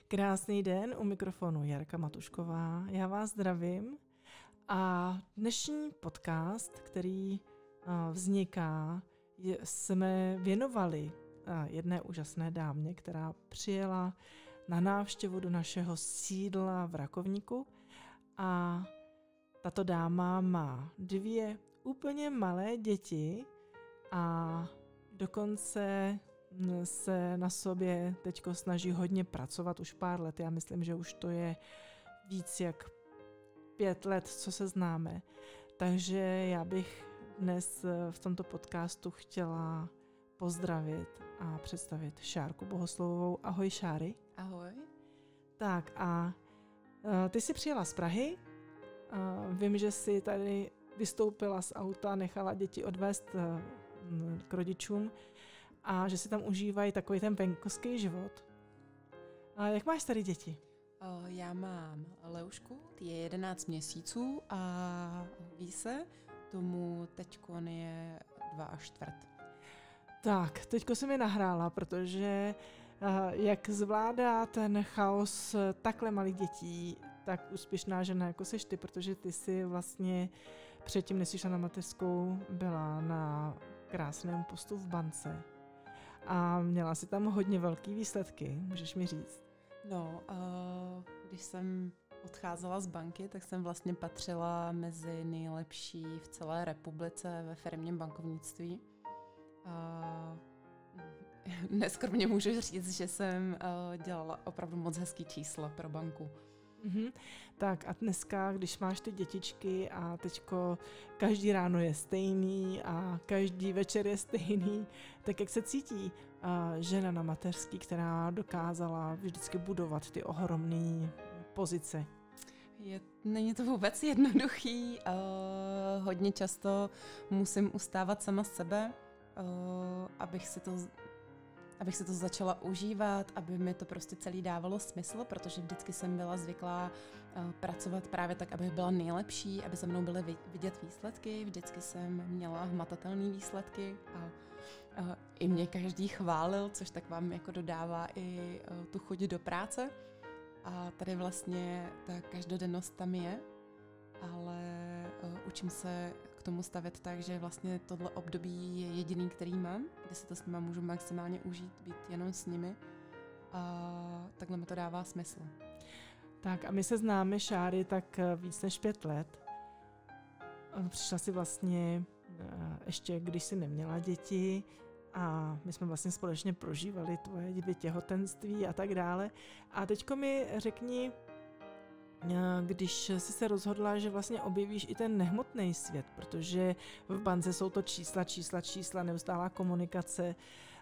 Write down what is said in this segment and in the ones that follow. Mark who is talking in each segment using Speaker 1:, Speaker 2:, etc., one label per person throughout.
Speaker 1: Krásný den, u mikrofonu Jarka Matušková. Já vás zdravím a dnešní podcast, který vzniká, jsme věnovali jedné úžasné dámě, která přijela na návštěvu do našeho sídla v Rakovníku a tato dáma má 2 úplně malé děti a dokonce se na sobě teďko snaží hodně pracovat už pár let. Já myslím, že už to je víc jak 5 let, co se známe. Takže já bych dnes v tomto podcastu chtěla pozdravit a představit Šárku Bohoslovovou. Ahoj, Šáry.
Speaker 2: Ahoj.
Speaker 1: Tak a ty jsi přijela z Prahy. Vím, že jsi tady vystoupila z auta, nechala děti odvést k rodičům a že si tam užívají takový ten venkovský život. A jak máš tady děti?
Speaker 2: Já mám Leušku, ty je 11 měsíců a ví se, tomu teďkon je 2 a čtvrt.
Speaker 1: Tak, teďko se mi nahrála, protože jak zvládá ten chaos takhle malých dětí, tak úspěšná žena jako seš ty, protože ty si vlastně předtím, než jsi šla na mateřskou, byla na krásném postu v bance. A měla si tam hodně velký výsledky, můžeš mi říct?
Speaker 2: No, když jsem odcházela z banky, tak jsem vlastně patřila mezi nejlepší v celé republice ve firmním bankovnictví. Neskromně můžu říct, že jsem dělala opravdu moc hezký čísla pro banku.
Speaker 1: Mm-hmm. Tak a dneska, když máš ty dětičky a teďko každý ráno je stejný a každý večer je stejný, tak jak se cítí žena na mateřský, která dokázala vždycky budovat ty ohromné pozice?
Speaker 2: Není to vůbec jednoduchý. Hodně často musím ustávat sama sebe, abych si to začala užívat, aby mi to prostě celý dávalo smysl, protože vždycky jsem byla zvyklá pracovat právě tak, abych byla nejlepší, aby se mnou byly vidět výsledky, vždycky jsem měla hmatatelné výsledky a i mě každý chválil, což tak vám jako dodává i tu chuť do práce. A tady vlastně ta každodennost tam je, ale učím se k tomu stavět tak, že vlastně tohle období je jediný, který mám, kde si to s nima můžu maximálně užít, být jenom s nimi a takhle mi to dává smysl.
Speaker 1: Tak a my se známe, Šáry, tak víc než 5 let. Přišla si vlastně ještě, když jsi neměla děti a my jsme vlastně společně prožívali tvoje 2 těhotenství a tak dále. A teďko mi řekni, když jsi se rozhodla, že vlastně objevíš i ten nehmotný svět, protože v bance jsou to čísla, neustálá komunikace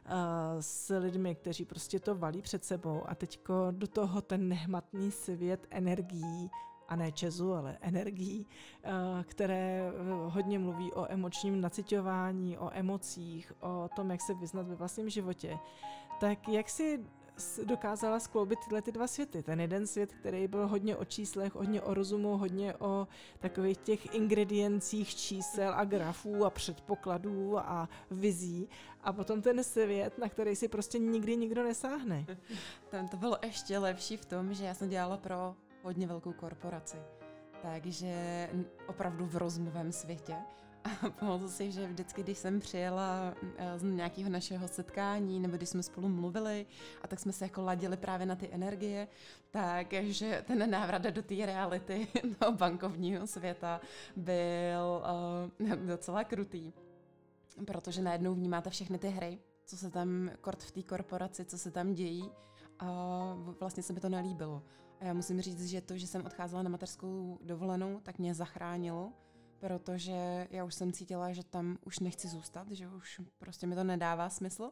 Speaker 1: s lidmi, kteří prostě to valí před sebou a teďko do toho ten nehmatný svět energií, a ne česu, ale energií, které hodně mluví o emočním naciťování, o emocích, o tom, jak se vyznat ve vlastním životě. Tak jak si dokázala skloubit tyhle 2 světy? Ten jeden svět, který byl hodně o číslech, hodně o rozumu, hodně o takových těch ingrediencích čísel a grafů a předpokladů a vizí. A potom ten svět, na který si prostě nikdy nikdo nesáhne.
Speaker 2: Tam to bylo ještě lepší v tom, že já jsem dělala pro hodně velkou korporaci. Takže opravdu v rozumovém světě. A pamatuju si, že vždycky, když jsem přijela z nějakého našeho setkání, nebo když jsme spolu mluvili, a tak jsme se jako ladili právě na ty energie, takže ten návrat do té reality, do bankovního světa, byl docela krutý. Protože najednou vnímáte všechny ty hry, co se tam v té korporaci, co se tam dějí, a vlastně se mi to nelíbilo. A já musím říct, že to, že jsem odcházela na mateřskou dovolenou, tak mě zachránilo, protože já už jsem cítila, že tam už nechci zůstat, že už prostě mi to nedává smysl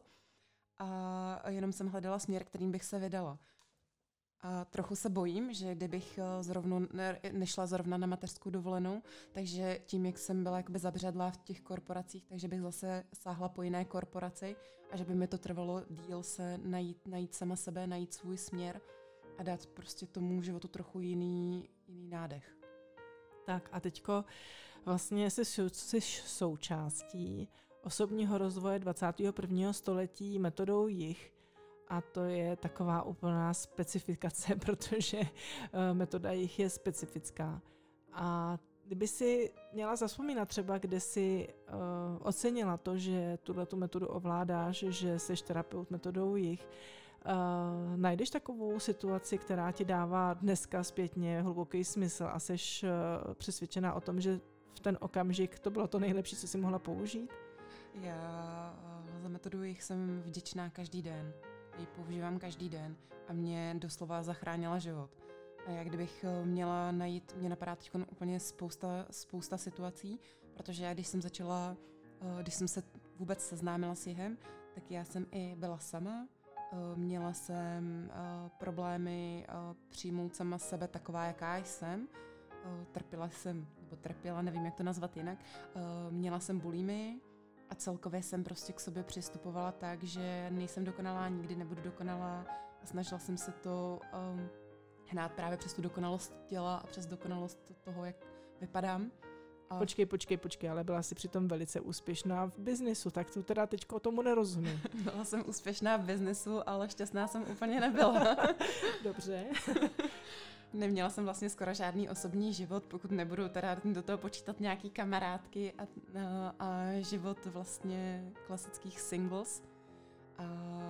Speaker 2: a jenom jsem hledala směr, kterým bych se vydala. A trochu se bojím, že kdybych nešla zrovna na mateřskou dovolenou, takže tím, jak jsem byla jakoby zabředlá v těch korporacích, takže bych zase sáhla po jiné korporaci a že by mi to trvalo díl se najít sama sebe, najít svůj směr a dát prostě tomu životu trochu jiný nádech.
Speaker 1: Tak a teďko vlastně jsi součástí osobního rozvoje 21. století metodou JIH a to je taková úplná specifikace, protože metoda jich je specifická. A kdyby si měla zavzpomínat třeba, kde si ocenila to, že tuhletu metodu ovládáš, že jsi terapeut metodou jich, najdeš takovou situaci, která ti dává dneska zpětně hluboký smysl a jsi přesvědčená o tom, že v ten okamžik to bylo to nejlepší, co jsi mohla použít?
Speaker 2: Já za metodu jich jsem vděčná každý den. Ji používám každý den a mě doslova zachránila život. A jak kdybych měla najít, mě napadá teď úplně spousta situací, protože já, když jsem se vůbec seznámila s jihem, tak já jsem i byla sama, měla jsem problémy přijmout sama sebe taková, jaká jsem, trpěla, nevím, jak to nazvat jinak, měla jsem bulimii a celkově jsem prostě k sobě přistupovala tak, že nejsem dokonalá, nikdy nebudu dokonalá a snažila jsem se to hnát právě přes tu dokonalost těla a přes dokonalost toho, jak vypadám. A...
Speaker 1: Počkej, ale byla jsi přitom velice úspěšná v biznisu, tak to teda teďko tomu nerozumím.
Speaker 2: Byla jsem úspěšná v biznisu, ale šťastná jsem úplně nebyla.
Speaker 1: Dobře.
Speaker 2: Neměla jsem vlastně skoro žádný osobní život, pokud nebudu teda do toho počítat nějaký kamarádky a život vlastně klasických singles. A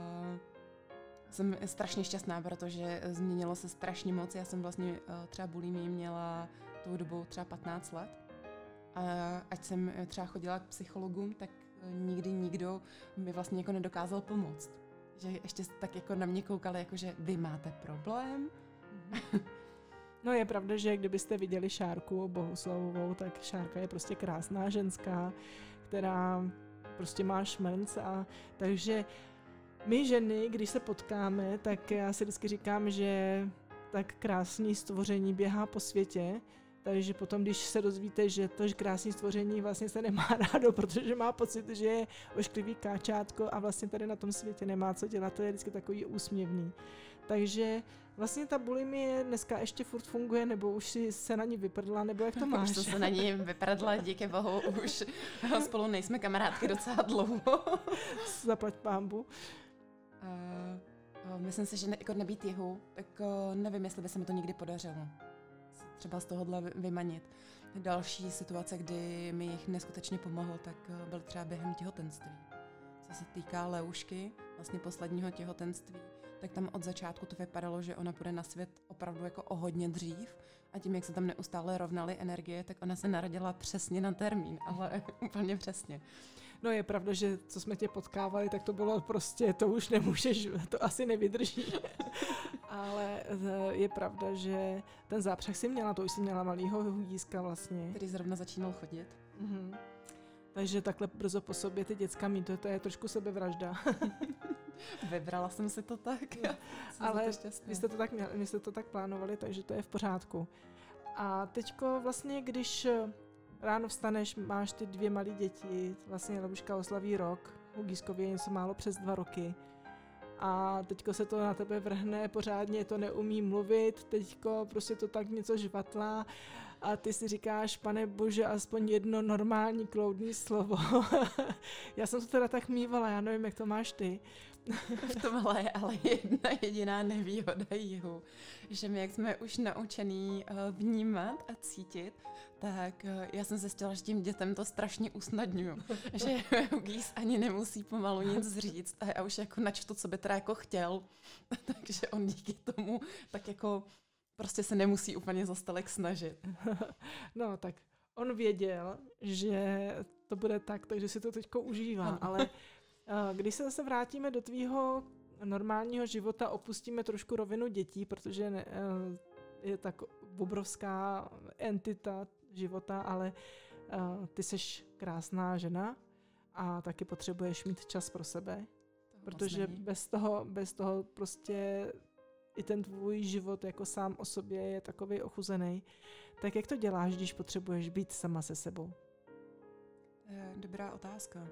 Speaker 2: jsem strašně šťastná, protože změnilo se strašně moc. Já jsem vlastně třeba bulimii měla tou dobou třeba 15 let. A ať jsem třeba chodila k psychologům, tak nikdy nikdo mi vlastně jako nedokázal pomoct. Že ještě tak jako na mě koukali, jako že vy máte problém.
Speaker 1: No je pravda, že kdybyste viděli Šárku Bohuslavovou, tak Šárka je prostě krásná ženská, která prostě má šmrnc a takže my ženy, když se potkáme, tak já si vždycky říkám, že tak krásný stvoření běhá po světě, takže potom, když se dozvíte, že to krásné stvoření vlastně se nemá rádo, protože má pocit, že je ošklivý káčátko a vlastně tady na tom světě nemá co dělat, to je vždycky takový úsměvný. Takže vlastně ta bulimie dneska ještě furt funguje, nebo už si se na ní vyprdla, nebo jak to máš?
Speaker 2: Už jsem se na ní vyprdla, díky bohu, už spolu nejsme kamarádky docela dlouho.
Speaker 1: Zaplať pánbu.
Speaker 2: Myslím si, že jako nebýt jihu, tak nevím, jestli by se mi to nikdy podařilo. Třeba z tohohle vymanit. Další situace, kdy mi jich neskutečně pomohl, tak byl třeba během těhotenství. Co se týká Leušky, vlastně posledního těhotenství, tak tam od začátku to vypadalo, že ona půjde na svět opravdu jako o hodně dřív a tím, jak se tam neustále rovnaly energie, tak ona se narodila přesně na termín, ale úplně přesně.
Speaker 1: No je pravda, že co jsme tě potkávali, tak to bylo prostě, to už nemůžeš, to asi nevydrží. Ale je pravda, že ten zápřah si měla, to už si měla malýho hudíska vlastně.
Speaker 2: Který zrovna začínal chodit.
Speaker 1: Mhm. Takže takhle brzo po sobě ty děcka mít, to je trošku sebevražda.
Speaker 2: Vybrala jsem si to tak.
Speaker 1: Ale vy jste to tak plánovali, takže to je v pořádku. A teďko vlastně, když ráno vstaneš, máš ty 2 malé děti, vlastně Lebuška oslaví rok, Hugískovi je něco málo přes 2 roky. A teďko se to na tebe vrhne, pořádně to neumí mluvit, teďko prostě to tak něco žvatlá a ty si říkáš, pane bože, aspoň jedno normální kloudný slovo. Já jsem to teda tak mývala, já nevím, jak to máš ty.
Speaker 2: V tomhle je ale jedna jediná nevýhoda jihu, že my, jak jsme už naučený vnímat a cítit, tak já jsem zjistila, že tím dětem to strašně usnadňuju. Že Hugis ani nemusí pomalu nic říct a já už jako načtu, co by teda jako chtěl. Takže on díky tomu tak jako prostě se nemusí úplně za stelek snažit.
Speaker 1: No tak on věděl, že to bude tak, takže si to teďko užívá, ale když se zase vrátíme do tvýho normálního života, opustíme trošku rovinu dětí, protože je tak obrovská entita života, ale ty seš krásná žena a taky potřebuješ mít čas pro sebe, protože bez toho prostě i ten tvůj život jako sám o sobě je takovej ochuzený. Tak jak to děláš, když potřebuješ být sama se sebou?
Speaker 2: Dobrá otázka.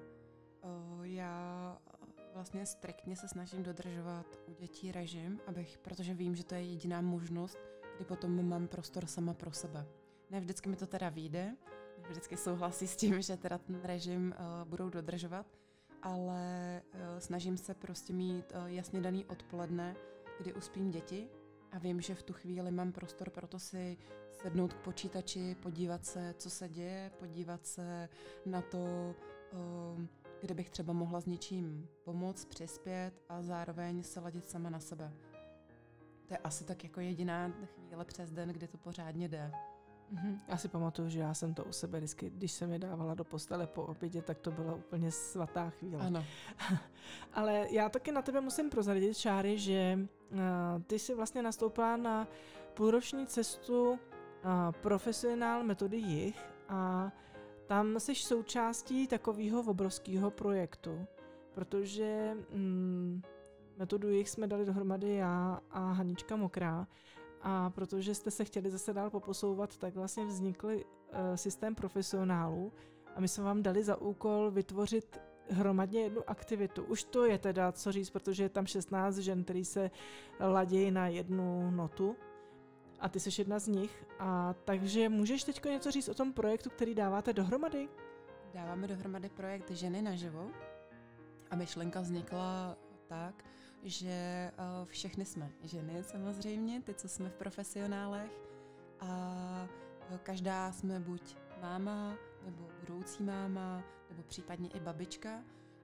Speaker 2: Já vlastně striktně se snažím dodržovat u dětí režim, protože vím, že to je jediná možnost, kdy potom mám prostor sama pro sebe. Ne vždycky mi to teda vyjde, ne vždycky souhlasí s tím, že teda ten režim budou dodržovat, ale snažím se prostě mít jasně daný odpoledne, kdy uspím děti a vím, že v tu chvíli mám prostor pro to si sednout k počítači, podívat se, co se děje, podívat se na to, kde bych třeba mohla s něčím pomoct, přispět a zároveň se ladit sama na sebe. To je asi tak jako jediná chvíle přes den, kdy to pořádně jde.
Speaker 1: Já si pamatuju, že já jsem to u sebe vždycky, když jsem je dávala do postele po obědě, tak to byla úplně svatá chvíle.
Speaker 2: Ano.
Speaker 1: Ale já taky na tebe musím prozradit, Šáry, že ty jsi vlastně nastoupila na půlroční cestu profesionál metody JIH a tam jsi součástí takového obrovského projektu, protože metodu JIH jsme dali dohromady já a Hanička Mokrá. A protože jste se chtěli zase dál poposouvat, tak vlastně vznikl systém profesionálů a my jsme vám dali za úkol vytvořit hromadně jednu aktivitu. Už to je teda co říct, protože je tam 16 žen, který se ladějí na jednu notu a ty jsi jedna z nich. A takže můžeš teď něco říct o tom projektu, který dáváte dohromady?
Speaker 2: Dáváme dohromady projekt Ženy naživo a myšlenka vznikla tak, že všechny jsme ženy samozřejmě, ty, co jsme v profesionálech a každá jsme buď máma, nebo budoucí máma, nebo případně i babička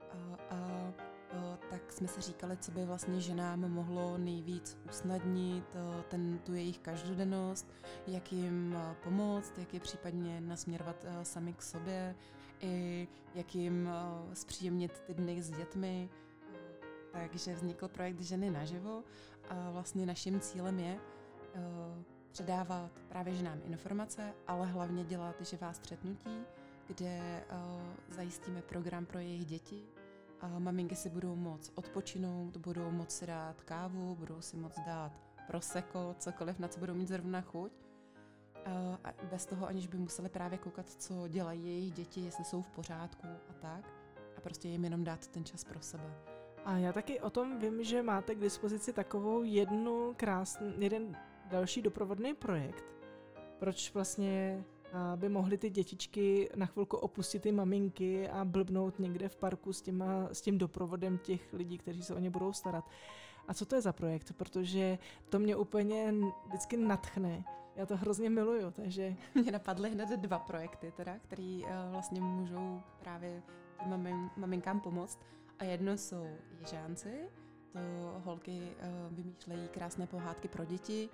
Speaker 2: a tak jsme si říkali, co by vlastně ženám mohlo nejvíc usnadnit tu jejich každodennost, jak jim pomoct, jak je případně nasměrovat sami k sobě, i jak jim zpříjemnit ty dny s dětmi. Takže vznikl projekt Ženy naživo a vlastně naším cílem je předávat právě ženám informace, ale hlavně dělat živá střetnutí, kde zajistíme program pro jejich děti a maminky si budou moct odpočinout, budou moct si dát kávu, budou si moct dát prosecco, cokoliv, na co budou mít zrovna chuť. A bez toho, aniž by museli právě koukat, co dělají jejich děti, jestli jsou v pořádku a tak. A prostě jim jenom dát ten čas pro sebe.
Speaker 1: A já taky o tom vím, že máte k dispozici takovou jeden další doprovodný projekt. Proč vlastně by mohly ty dětičky na chvilku opustit ty maminky a blbnout někde v parku s tím doprovodem těch lidí, kteří se o ně budou starat. A co to je za projekt? Protože to mě úplně vždycky nadchne. Já to hrozně miluju, takže...
Speaker 2: Mně napadly hned 2 projekty, které vlastně můžou právě těm maminkám pomoct. A jedno jsou ježánci, to holky vymýšlejí krásné pohádky pro děti,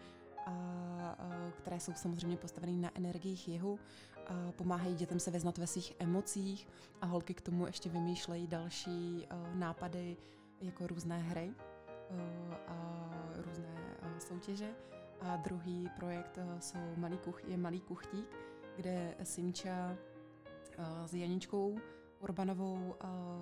Speaker 2: které jsou samozřejmě postavené na energiích jihu, pomáhají dětem se vyznat ve svých emocích a holky k tomu ještě vymýšlejí další nápady, jako různé hry a různé soutěže. A druhý projekt je Malý kuchtík, kde Simča s Janičkou Urbanovou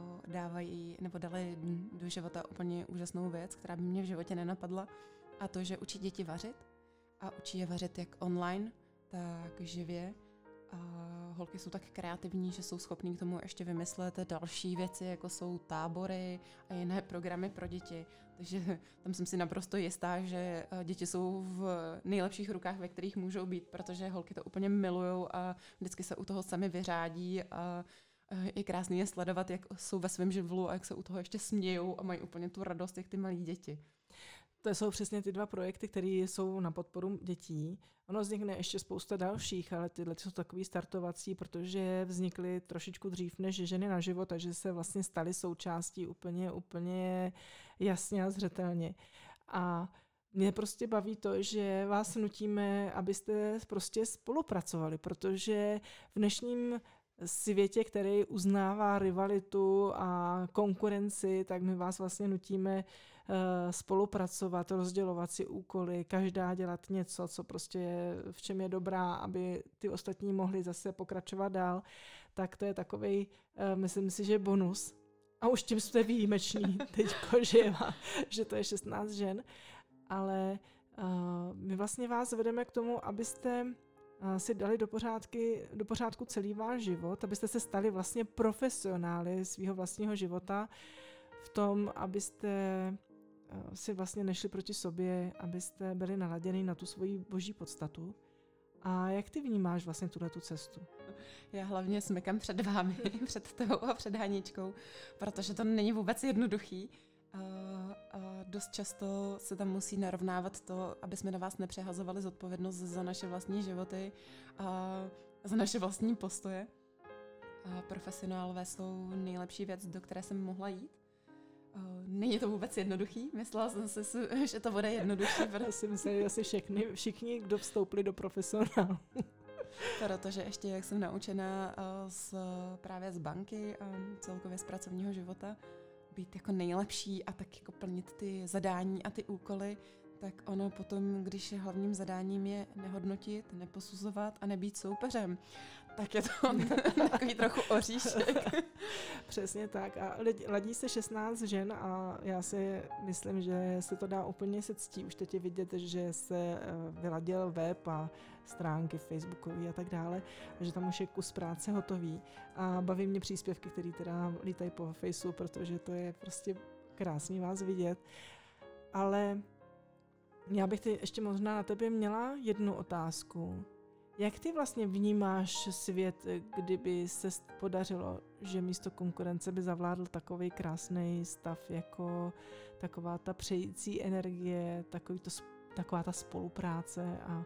Speaker 2: dali do života úplně úžasnou věc, která by mě v životě nenapadla, a to, že učí děti vařit a učí je vařit jak online, tak živě. A holky jsou tak kreativní, že jsou schopní k tomu ještě vymyslet další věci, jako jsou tábory a jiné programy pro děti. Takže tam jsem si naprosto jistá, že děti jsou v nejlepších rukách, ve kterých můžou být, protože holky to úplně milujou a vždycky se u toho sami vyřádí a je krásný je sledovat, jak jsou ve svém živlu a jak se u toho ještě smějou a mají úplně tu radost, jak ty malí děti.
Speaker 1: To jsou přesně ty 2 projekty, které jsou na podporu dětí. Ono vznikne ještě spousta dalších, ale tyhle jsou takový startovací, protože vznikly trošičku dřív než Ženy naživo, takže se vlastně staly součástí úplně jasně a zřetelně. A mě prostě baví to, že vás nutíme, abyste prostě spolupracovali, protože v dnešním světě, který uznává rivalitu a konkurenci, tak my vás vlastně nutíme spolupracovat, rozdělovat si úkoly, každá dělat něco, co prostě v čem je dobrá, aby ty ostatní mohli zase pokračovat dál, tak to je takovej, myslím si, že bonus. A už tím jste výjimeční teďko, že to je 16 žen, ale my vlastně vás vedeme k tomu, abyste si dali do pořádku celý váš život, abyste se stali vlastně profesionály svého vlastního života v tom, abyste si vlastně nešli proti sobě, abyste byli naladěni na tu svoji boží podstatu A jak ty vnímáš vlastně tuhletu cestu?
Speaker 2: Já hlavně smykám před vámi, před tebou a před Haničkou, protože to není vůbec jednoduchý. Dost často se tam musí narovnávat to, aby jsme na vás nepřehazovali zodpovědnost za naše vlastní životy a za naše vlastní postoje. A profesionálové jsou nejlepší věc, do které jsem mohla jít. Není to vůbec jednoduchý, myslela jsem si, že to bude jednodušší.
Speaker 1: Já si myslím, že asi všichni, kdo vstoupili do profesionálu.
Speaker 2: Protože ještě, jak jsem naučená právě z banky a celkově z pracovního života, být jako nejlepší a tak jako plnit ty zadání a ty úkoly, tak ono potom, když hlavním zadáním je nehodnotit, neposuzovat a nebýt soupeřem, tak je to takový trochu oříšek.
Speaker 1: Přesně tak. A ladí se 16 žen a já si myslím, že se to dá úplně se ctí. Už teď je vidět, že se vyladil web a stránky facebookový a tak dále, že tam už je kus práce hotový. A baví mě příspěvky, které teda lítají po Faceu, protože to je prostě krásný vás vidět. Ale já bych ještě možná na tebe měla jednu otázku. Jak ty vlastně vnímáš svět, kdyby se podařilo, že místo konkurence by zavládl takový krásný stav, jako taková ta přející energie, taková ta spolupráce a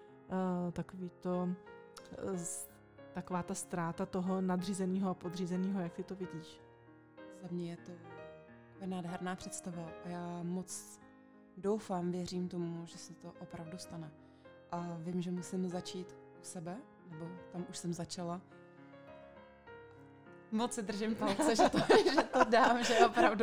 Speaker 1: taková ta ztráta toho nadřízeného a podřízeného, jak ty to vidíš?
Speaker 2: Za mě je to nádherná představa a já moc doufám, věřím tomu, že se to opravdu stane. A vím, že musím začít u sebe, nebo tam už jsem začala. Moc si držím palce, že to dám, že opravdu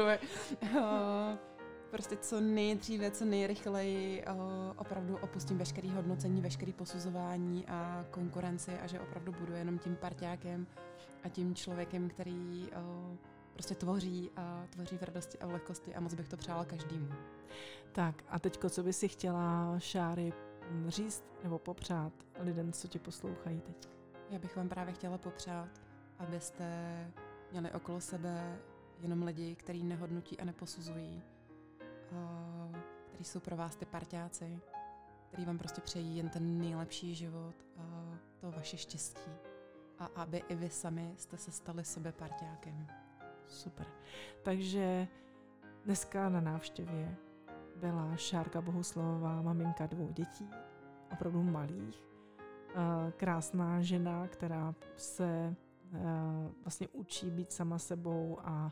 Speaker 2: prostě co nejdříve, co nejrychleji opravdu opustím veškerý hodnocení, veškerý posuzování a konkurenci a že opravdu budu jenom tím parťákem a tím člověkem, který prostě tvoří v radosti a v lehkosti a moc bych to přála každému.
Speaker 1: Tak a teďko, co by si chtěla, Šáry, říct nebo popřát lidem, co tě poslouchají teď?
Speaker 2: Já bych vám právě chtěla popřát, abyste měli okolo sebe jenom lidi, kteří nehodnotí a neposuzují, kteří jsou pro vás ty parťáci, kteří vám prostě přejí jen ten nejlepší život a to vaše štěstí. A aby i vy sami jste se stali sebe parťákem.
Speaker 1: Super. Takže dneska na návštěvě byla Šárka Bohuslavová, maminka 2 dětí, opravdu malých. Krásná žena, která se vlastně učí být sama sebou a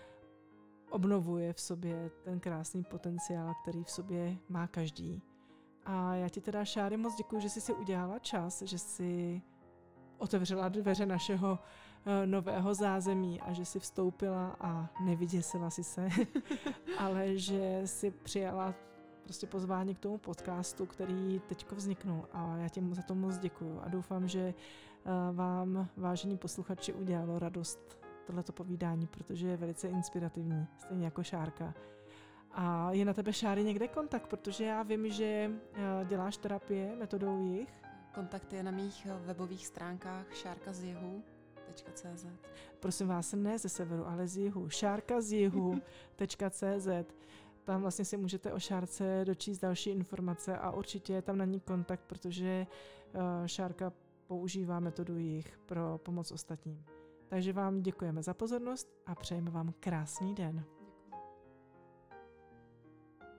Speaker 1: obnovuje v sobě ten krásný potenciál, který v sobě má každý. A já ti teda, Šáry, moc děkuji, že jsi si udělala čas, že jsi otevřela dveře našeho nového zázemí a že jsi vstoupila a nevyděsila si se, ale že si přijala prostě pozvání k tomu podcastu, který teďko vzniknul a já ti za to moc děkuju a doufám, že vám, vážení posluchači, udělalo radost tohleto povídání, protože je velice inspirativní, stejně jako Šárka. A je na tebe, Šáry, někde kontakt, protože já vím, že děláš terapie metodou jich.
Speaker 2: Kontakt je na mých webových stránkách šárkazihu.cz.
Speaker 1: Prosím vás, ne ze severu, ale z jihu. šárkazihu.cz. Tam vlastně si můžete o Šárce dočíst další informace a určitě je tam na ní kontakt, protože Šárka používá metodu jich pro pomoc ostatním. Takže vám děkujeme za pozornost a přejeme vám krásný den.